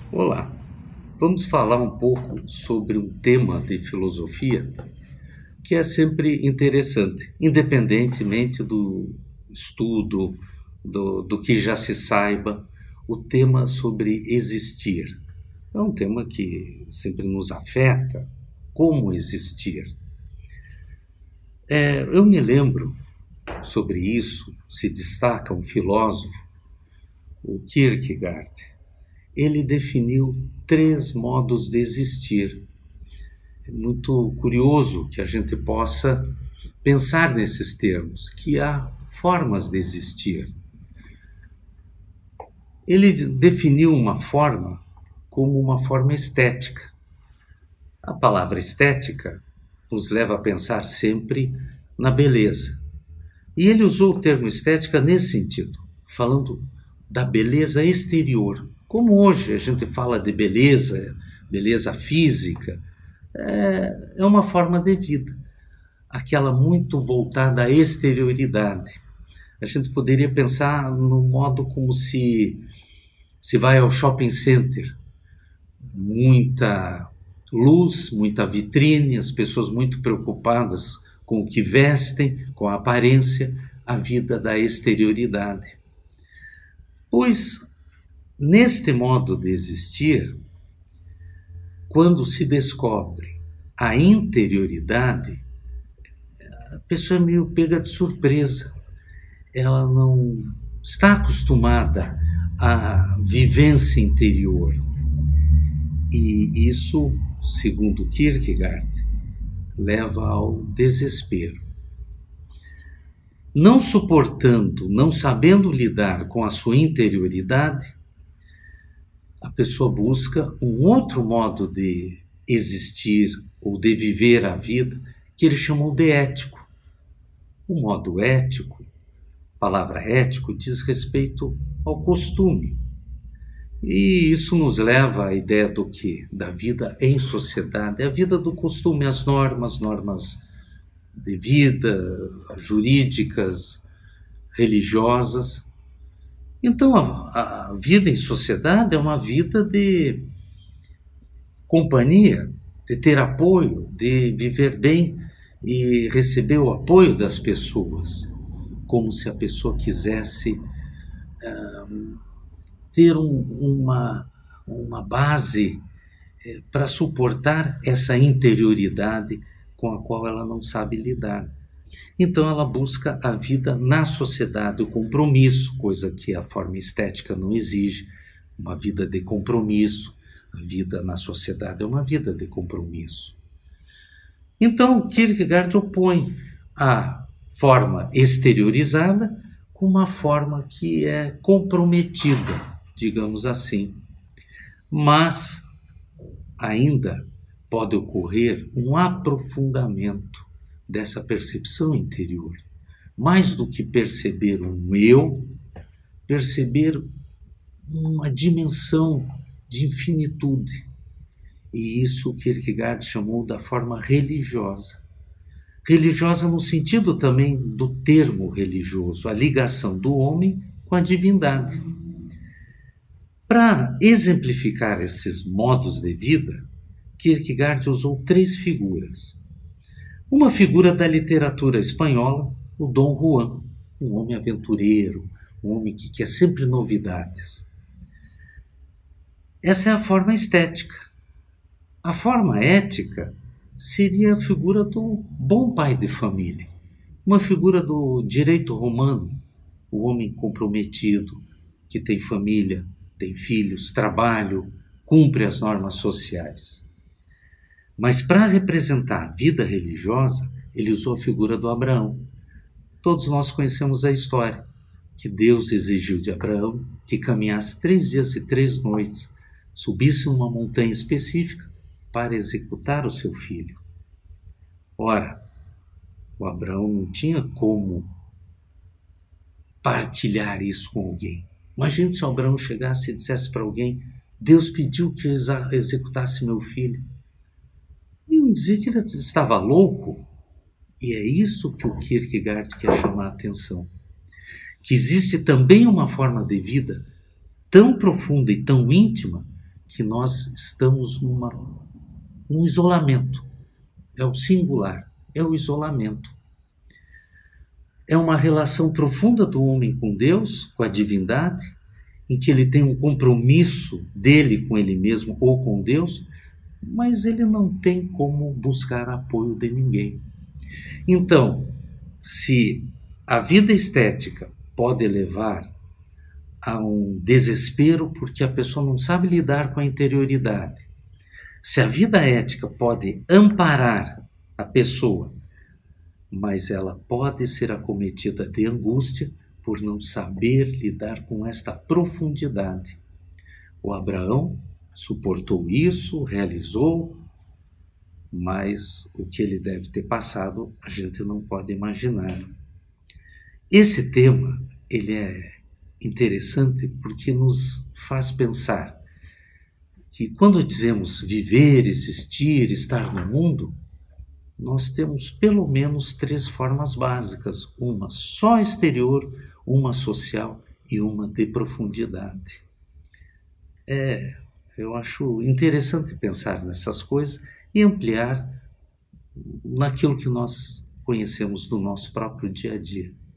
Olá, vamos falar um pouco sobre um tema de filosofia que é sempre interessante, independentemente do estudo, do que já se saiba, o tema sobre existir. É um tema que sempre nos afeta, como existir. Eu me lembro, sobre isso, se destaca um filósofo, o Kierkegaard. Ele definiu 3 modos de existir. É muito curioso que a gente possa pensar nesses termos, que há formas de existir. Ele definiu uma forma como uma forma estética. A palavra estética nos leva a pensar sempre na beleza. E ele usou o termo estética nesse sentido, falando da beleza exterior. Como hoje a gente fala de beleza, beleza física, é uma forma de vida, aquela muito voltada à exterioridade. A gente poderia pensar no modo como se vai ao shopping center. Muita luz, muita vitrine, as pessoas muito preocupadas com o que vestem, com a aparência, a vida da exterioridade. Pois, neste modo de existir, quando se descobre a interioridade, a pessoa é meio pega de surpresa. Ela não está acostumada à vivência interior. E isso, segundo Kierkegaard, leva ao desespero. Não suportando, não sabendo lidar com a sua interioridade, a pessoa busca um outro modo de existir ou de viver a vida que ele chamou de ético. O modo ético, a palavra ético, diz respeito ao costume. E isso nos leva à ideia do quê? Da vida em sociedade, a vida do costume, as normas de vida, jurídicas, religiosas. Então, a vida em sociedade é uma vida de companhia, de ter apoio, de viver bem e receber o apoio das pessoas, como se a pessoa quisesse ter uma base para suportar essa interioridade com a qual ela não sabe lidar. Então ela busca a vida na sociedade, o compromisso, coisa que a forma estética não exige, uma vida de compromisso. A vida na sociedade é uma vida de compromisso. Então Kierkegaard opõe a forma exteriorizada com uma forma que é comprometida, digamos assim. Mas ainda pode ocorrer um aprofundamento dessa percepção interior. Mais do que perceber um eu, perceber uma dimensão de infinitude. E isso Kierkegaard chamou da forma religiosa. Religiosa no sentido também do termo religioso, a ligação do homem com a divindade. Para exemplificar esses modos de vida, Kierkegaard usou 3 figuras. Uma figura da literatura espanhola, o Dom Juan, um homem aventureiro, um homem que quer sempre novidades. Essa é a forma estética. A forma ética seria a figura do bom pai de família, uma figura do direito romano, o homem comprometido, que tem família, tem filhos, trabalho, cumpre as normas sociais. Mas para representar a vida religiosa, ele usou a figura do Abraão. Todos nós conhecemos a história, que Deus exigiu de Abraão que caminhasse 3 dias e 3 noites, subisse uma montanha específica para executar o seu filho. Ora, o Abraão não tinha como partilhar isso com alguém. Imagine se o Abraão chegasse e dissesse para alguém: Deus pediu que eu executasse meu filho. Iam dizer que ele estava louco. E é isso que o Kierkegaard quer chamar a atenção. Que existe também uma forma de vida tão profunda e tão íntima que nós estamos num isolamento. É o singular, é o isolamento. É uma relação profunda do homem com Deus, com a divindade, em que ele tem um compromisso dele com ele mesmo ou com Deus, mas ele não tem como buscar apoio de ninguém. Então, se a vida estética pode levar a um desespero porque a pessoa não sabe lidar com a interioridade, se a vida ética pode amparar a pessoa, mas ela pode ser acometida de angústia por não saber lidar com esta profundidade. O Abraão suportou isso, realizou, mas o que ele deve ter passado a gente não pode imaginar. Esse tema, ele é interessante porque nos faz pensar que quando dizemos viver, existir, estar no mundo, nós temos pelo menos 3 formas básicas, uma só exterior, uma social e uma de profundidade. Eu acho interessante pensar nessas coisas e ampliar naquilo que nós conhecemos do nosso próprio dia a dia.